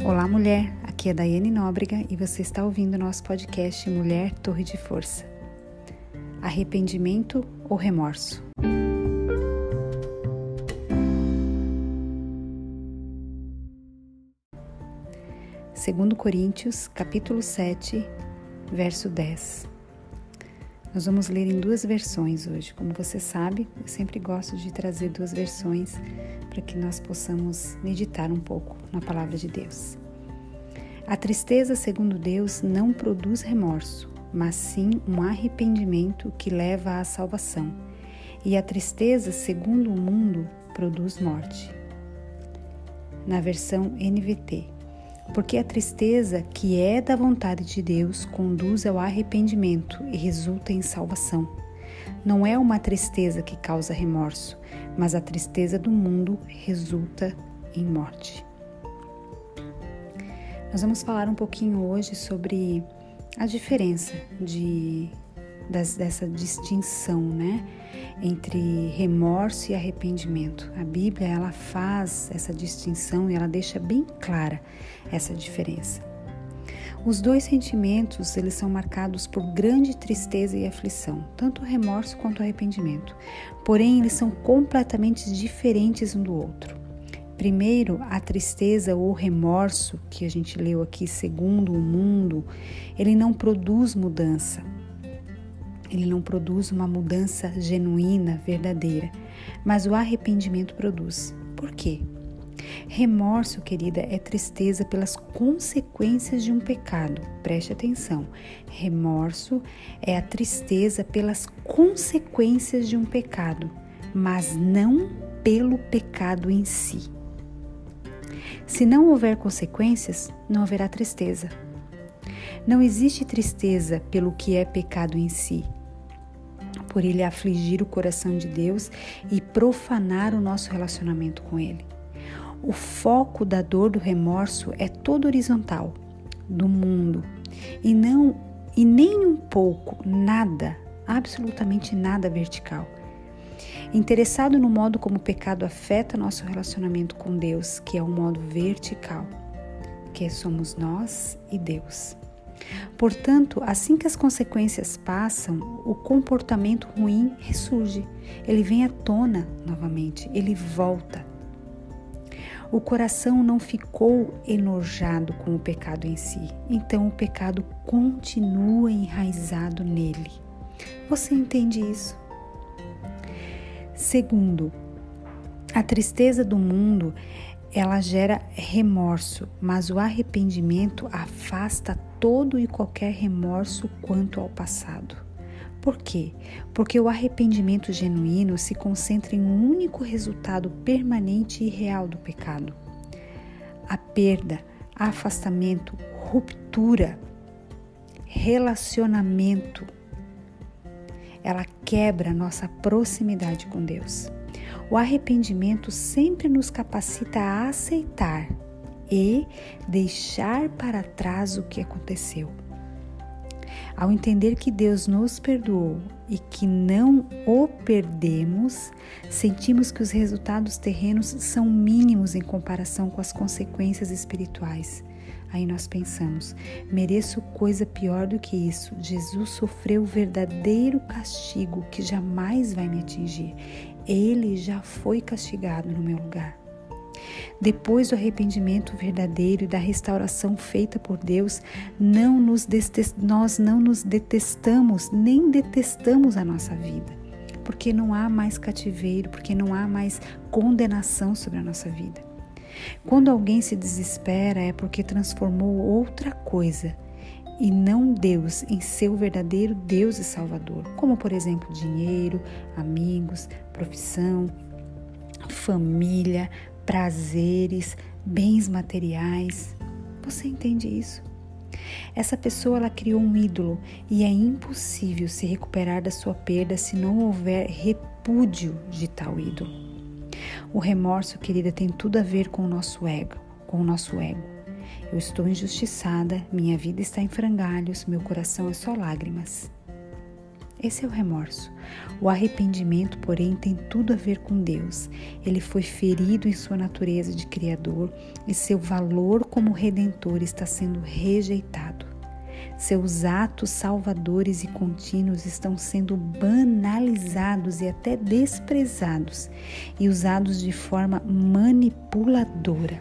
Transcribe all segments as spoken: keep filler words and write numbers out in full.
Olá, mulher! Aqui é Daiane Nóbrega e você está ouvindo nosso podcast Mulher Torre de Força. Arrependimento ou remorso? Segundo Coríntios, capítulo sete, verso dez. Nós vamos ler em duas versões hoje. Como você sabe, eu sempre gosto de trazer duas versões para que nós possamos meditar um pouco na palavra de Deus. A tristeza, segundo Deus, não produz remorso, mas sim um arrependimento que leva à salvação. E a tristeza, segundo o mundo, produz morte. Na versão N V T. Porque a tristeza, que é da vontade de Deus, conduz ao arrependimento e resulta em salvação. Não é uma tristeza que causa remorso, mas a tristeza do mundo resulta em morte. Nós vamos falar um pouquinho hoje sobre a diferença de, das, dessa distinção, né, entre remorso e arrependimento. A Bíblia, ela faz essa distinção e ela deixa bem clara essa diferença. Os dois sentimentos, eles são marcados por grande tristeza e aflição, tanto o remorso quanto o arrependimento. Porém, eles são completamente diferentes um do outro. Primeiro, a tristeza ou remorso, que a gente leu aqui, segundo o mundo, ele não produz mudança. Ele não produz uma mudança genuína, verdadeira, mas o arrependimento produz. Por quê? Remorso, querida, é tristeza pelas consequências de um pecado. Preste atenção. Remorso é a tristeza pelas consequências de um pecado, mas não pelo pecado em si. Se não houver consequências, não haverá tristeza. Não existe tristeza pelo que é pecado em si, por ele afligir o coração de Deus e profanar o nosso relacionamento com Ele. O foco da dor do remorso é todo horizontal, do mundo, e, não, e nem um pouco, nada, absolutamente nada vertical. Interessado no modo como o pecado afeta nosso relacionamento com Deus, que é um modo vertical, que somos nós e Deus. Portanto, assim que as consequências passam, o comportamento ruim ressurge, ele vem à tona novamente, ele volta. O coração não ficou enojado com o pecado em si, então o pecado continua enraizado nele. Você entende isso? Segundo, a tristeza do mundo, ela gera remorso, mas o arrependimento afasta todo e qualquer remorso quanto ao passado. Por quê? Porque o arrependimento genuíno se concentra em um único resultado permanente e real do pecado. A perda, afastamento, ruptura, relacionamento, ela quebra nossa proximidade com Deus. O arrependimento sempre nos capacita a aceitar e deixar para trás o que aconteceu. Ao entender que Deus nos perdoou e que não o perdemos, sentimos que os resultados terrenos são mínimos em comparação com as consequências espirituais. Aí nós pensamos, mereço coisa pior do que isso. Jesus sofreu o verdadeiro castigo que jamais vai me atingir. Ele já foi castigado no meu lugar. Depois do arrependimento verdadeiro e da restauração feita por Deus, não nos detest... nós não nos detestamos, nem detestamos a nossa vida, porque não há mais cativeiro, porque não há mais condenação sobre a nossa vida. Quando alguém se desespera é porque transformou outra coisa e não Deus em seu verdadeiro Deus e Salvador, como por exemplo dinheiro, amigos, profissão, família, prazeres, bens materiais. Você entende isso? Essa pessoa, ela criou um ídolo e é impossível se recuperar da sua perda se não houver repúdio de tal ídolo. O remorso, querida, tem tudo a ver com o nosso ego, com o nosso ego. Eu estou injustiçada, minha vida está em frangalhos, meu coração é só lágrimas. Esse é o remorso. O arrependimento, porém, tem tudo a ver com Deus. Ele foi ferido em sua natureza de Criador e seu valor como Redentor está sendo rejeitado. Seus atos salvadores e contínuos estão sendo banalizados e até desprezados e usados de forma manipuladora.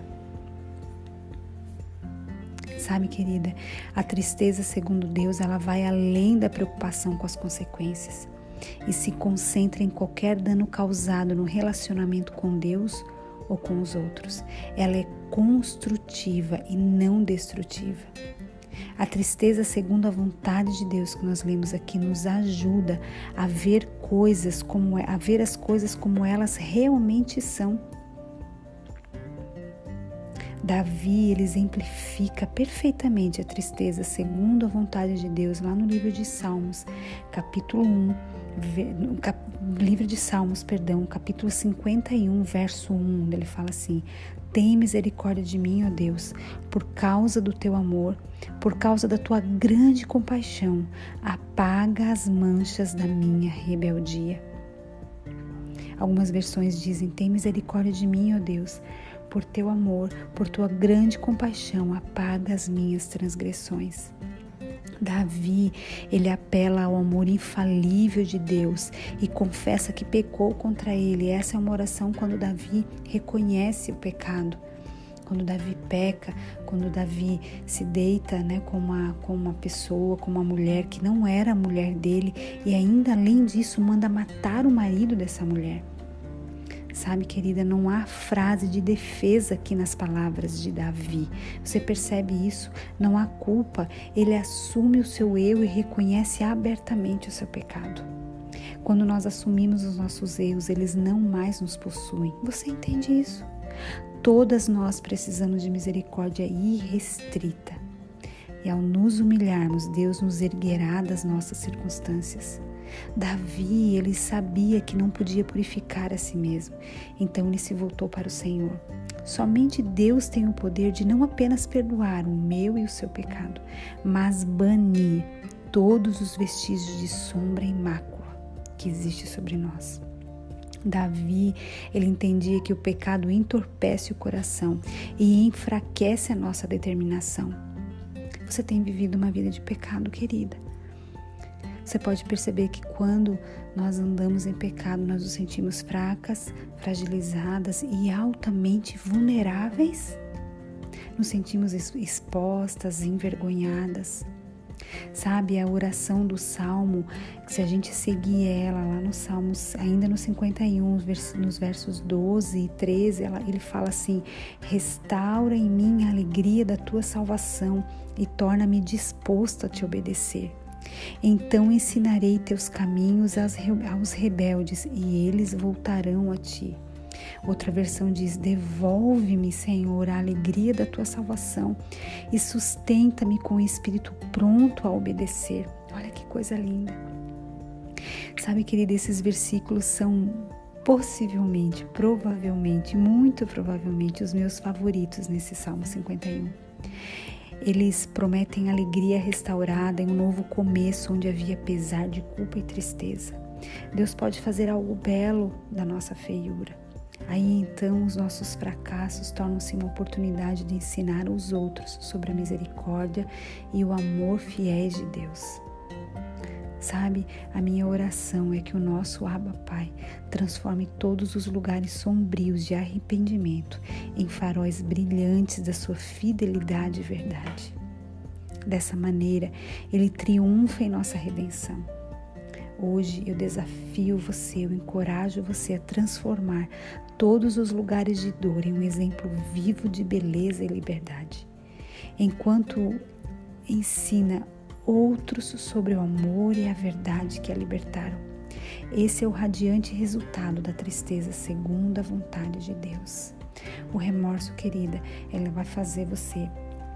Sabe, querida, a tristeza, segundo Deus, ela vai além da preocupação com as consequências e se concentra em qualquer dano causado no relacionamento com Deus ou com os outros. Ela é construtiva e não destrutiva. A tristeza, segundo a vontade de Deus que nós lemos aqui, nos ajuda a ver coisas como a ver as coisas como elas realmente são. Davi, ele exemplifica perfeitamente a tristeza segundo a vontade de Deus lá no livro de Salmos, capítulo um, no cap, livro de Salmos, perdão, capítulo cinquenta e um, verso um, ele fala assim: tem misericórdia de mim, ó Deus, por causa do teu amor, por causa da tua grande compaixão, apaga as manchas da minha rebeldia. Algumas versões dizem: tem misericórdia de mim, ó Deus, por teu amor, por tua grande compaixão, apaga as minhas transgressões. Davi, ele apela ao amor infalível de Deus e confessa que pecou contra ele. Essa é uma oração quando Davi reconhece o pecado. Quando Davi peca, quando Davi se deita, né, com, uma, com uma pessoa, com uma mulher que não era a mulher dele e ainda além disso manda matar o marido dessa mulher. Sabe, querida, não há frase de defesa aqui nas palavras de Davi. Você percebe isso? Não há culpa. Ele assume o seu erro e reconhece abertamente o seu pecado. Quando nós assumimos os nossos erros, eles não mais nos possuem. Você entende isso? Todas nós precisamos de misericórdia irrestrita. E ao nos humilharmos, Deus nos erguerá das nossas circunstâncias. Davi, ele sabia que não podia purificar a si mesmo, então ele se voltou para o Senhor. Somente Deus tem o poder de não apenas perdoar o meu e o seu pecado, mas banir todos os vestígios de sombra e mácula que existe sobre nós. Davi, ele entendia que o pecado entorpece o coração e enfraquece a nossa determinação. Você tem vivido uma vida de pecado, querida? Você pode perceber que quando nós andamos em pecado, nós nos sentimos fracas, fragilizadas e altamente vulneráveis. Nos sentimos expostas, envergonhadas. Sabe, a oração do Salmo, que se a gente seguir ela lá no Salmos, ainda no cinquenta e um, nos versos doze e treze, ela, ele fala assim: restaura em mim a alegria da tua salvação e torna-me disposto a te obedecer. Então ensinarei teus caminhos aos rebeldes e eles voltarão a ti. Outra versão diz: devolve-me, Senhor, a alegria da tua salvação e sustenta-me com o espírito pronto a obedecer. Olha que coisa linda. Sabe, querida, esses versículos são possivelmente, provavelmente, muito provavelmente os meus favoritos nesse Salmo cinquenta e um. Eles prometem alegria restaurada em um novo começo onde havia pesar de culpa e tristeza. Deus pode fazer algo belo da nossa feiura. Aí então os nossos fracassos tornam-se uma oportunidade de ensinar aos outros sobre a misericórdia e o amor fiéis de Deus. Sabe, a minha oração é que o nosso Abba Pai transforme todos os lugares sombrios de arrependimento em faróis brilhantes da sua fidelidade e verdade. Dessa maneira, Ele triunfa em nossa redenção. Hoje eu desafio você, eu encorajo você a transformar todos os lugares de dor em um exemplo vivo de beleza e liberdade. Enquanto ensina outros sobre o amor e a verdade que a libertaram. Esse é o radiante resultado da tristeza segundo a vontade de Deus. O remorso, querida, ela vai fazer você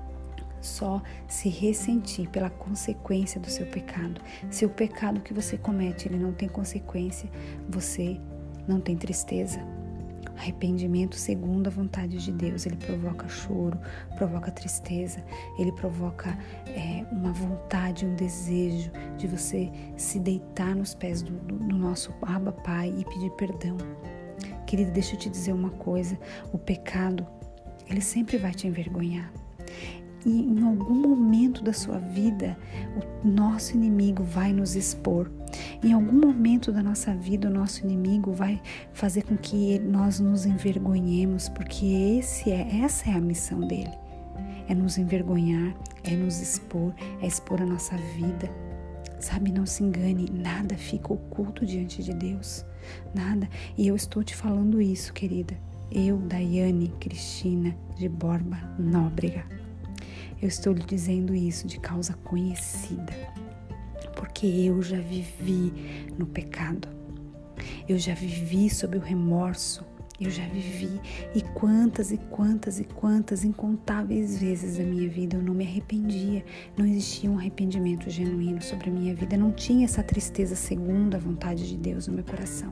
só se ressentir pela consequência do seu pecado. Se o pecado que você comete ele não tem consequência, você não tem tristeza. Arrependimento segundo a vontade de Deus, ele provoca choro, provoca tristeza, ele provoca é, uma vontade, um desejo de você se deitar nos pés do, do, do nosso Abba Pai e pedir perdão. Querida, deixa eu te dizer uma coisa, o pecado, ele sempre vai te envergonhar. E em algum momento da sua vida, o nosso inimigo vai nos expor. Em algum momento da nossa vida, o nosso inimigo vai fazer com que nós nos envergonhemos, porque esse é, essa é a missão dele. É nos envergonhar, é nos expor, é expor a nossa vida. Sabe, não se engane, nada fica oculto diante de Deus. Nada. E eu estou te falando isso, querida. Eu, Daiane Cristina de Borba Nóbrega. Eu estou lhe dizendo isso de causa conhecida, porque eu já vivi no pecado, eu já vivi sob o remorso, eu já vivi e quantas e quantas e quantas incontáveis vezes da minha vida eu não me arrependia, não existia um arrependimento genuíno sobre a minha vida, não tinha essa tristeza segundo a vontade de Deus no meu coração.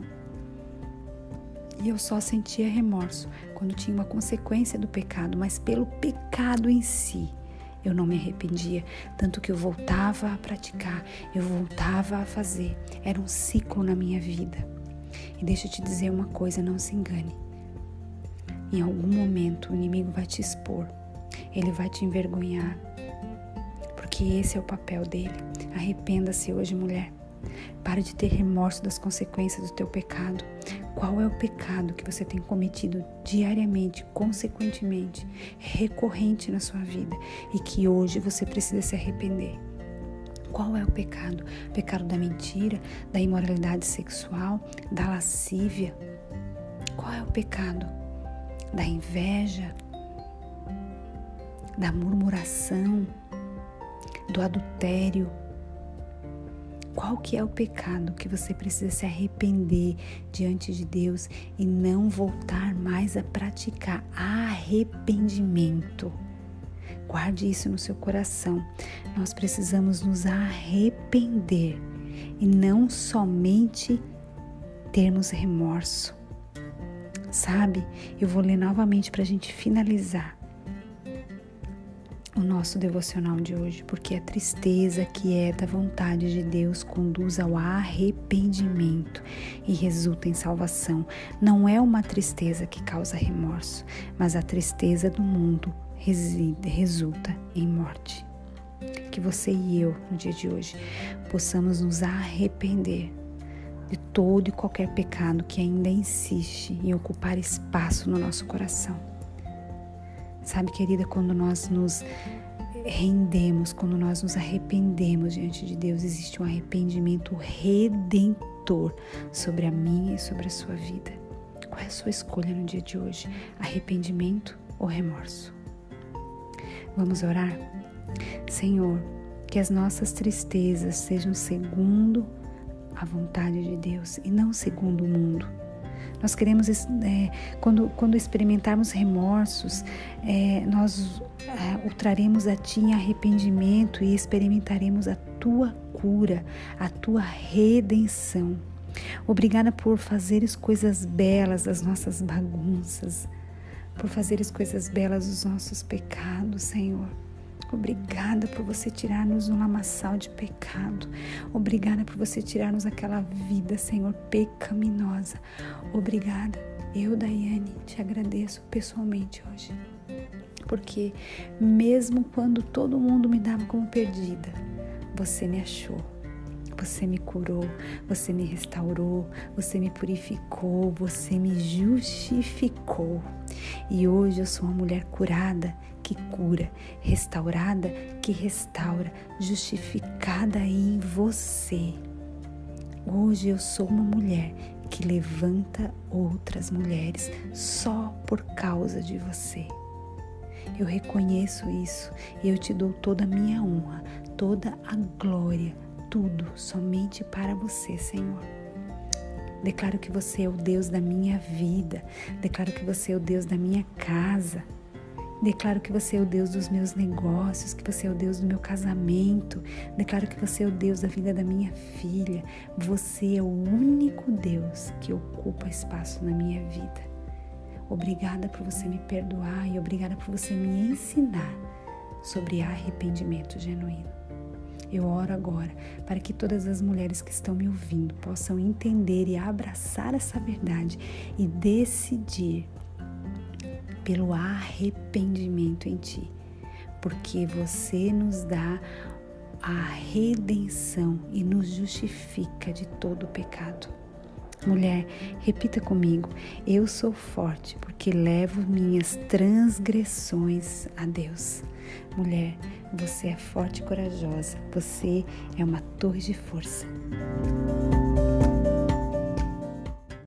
E eu só sentia remorso quando tinha uma consequência do pecado, mas pelo pecado em si, eu não me arrependia, tanto que eu voltava a praticar, eu voltava a fazer. Era um ciclo na minha vida. E deixa eu te dizer uma coisa, não se engane. Em algum momento o inimigo vai te expor, ele vai te envergonhar, porque esse é o papel dele. Arrependa-se hoje, mulher. Para de ter remorso das consequências do teu pecado. Qual é o pecado que você tem cometido diariamente, consequentemente, recorrente na sua vida e que hoje você precisa se arrepender? Qual é o pecado? O pecado da mentira, da imoralidade sexual, da lascívia? Qual é o pecado? Da inveja, da murmuração, do adultério? Qual que é o pecado que você precisa se arrepender diante de Deus e não voltar mais a praticar? Arrependimento. Guarde isso no seu coração. Nós precisamos nos arrepender e não somente termos remorso. Sabe? Eu vou ler novamente para a gente finalizar o nosso devocional de hoje, porque a tristeza que é da vontade de Deus conduz ao arrependimento e resulta em salvação. Não é uma tristeza que causa remorso, mas a tristeza do mundo reside, resulta em morte. Que você e eu, no dia de hoje, possamos nos arrepender de todo e qualquer pecado que ainda insiste em ocupar espaço no nosso coração. Sabe, querida, quando nós nos rendemos, quando nós nos arrependemos diante de Deus, existe um arrependimento redentor sobre a minha e sobre a sua vida. Qual é a sua escolha no dia de hoje? Arrependimento ou remorso? Vamos orar? Senhor, que as nossas tristezas sejam segundo a vontade de Deus e não segundo o mundo. Nós queremos, é, quando, quando experimentarmos remorsos, é, nós é, o traremos a Ti em arrependimento e experimentaremos a Tua cura, a Tua redenção. Obrigada por fazeres coisas belas das nossas bagunças, por fazeres coisas belas dos nossos pecados, Senhor. Obrigada por você tirar-nos um lamaçal de pecado. Obrigada por você tirar-nos aquela vida, Senhor, pecaminosa. Obrigada. Eu, Daiane, te agradeço pessoalmente hoje. Porque mesmo quando todo mundo me dava como perdida, você me achou. Você me curou, você me restaurou, você me purificou, você me justificou. E hoje eu sou uma mulher curada que cura, restaurada que restaura, justificada em você. Hoje eu sou uma mulher que levanta outras mulheres só por causa de você. Eu reconheço isso e eu te dou toda a minha honra, toda a glória, tudo somente para você, Senhor. Declaro que você é o Deus da minha vida. Declaro que você é o Deus da minha casa. Declaro que você é o Deus dos meus negócios, que você é o Deus do meu casamento. Declaro que você é o Deus da vida da minha filha. Você é o único Deus que ocupa espaço na minha vida. Obrigada por você me perdoar e obrigada por você me ensinar sobre arrependimento genuíno. Eu oro agora para que todas as mulheres que estão me ouvindo possam entender e abraçar essa verdade e decidir pelo arrependimento em Ti, porque você nos dá a redenção e nos justifica de todo o pecado. Mulher, repita comigo: eu sou forte porque levo minhas transgressões a Deus. Mulher, você é forte e corajosa, você é uma torre de força.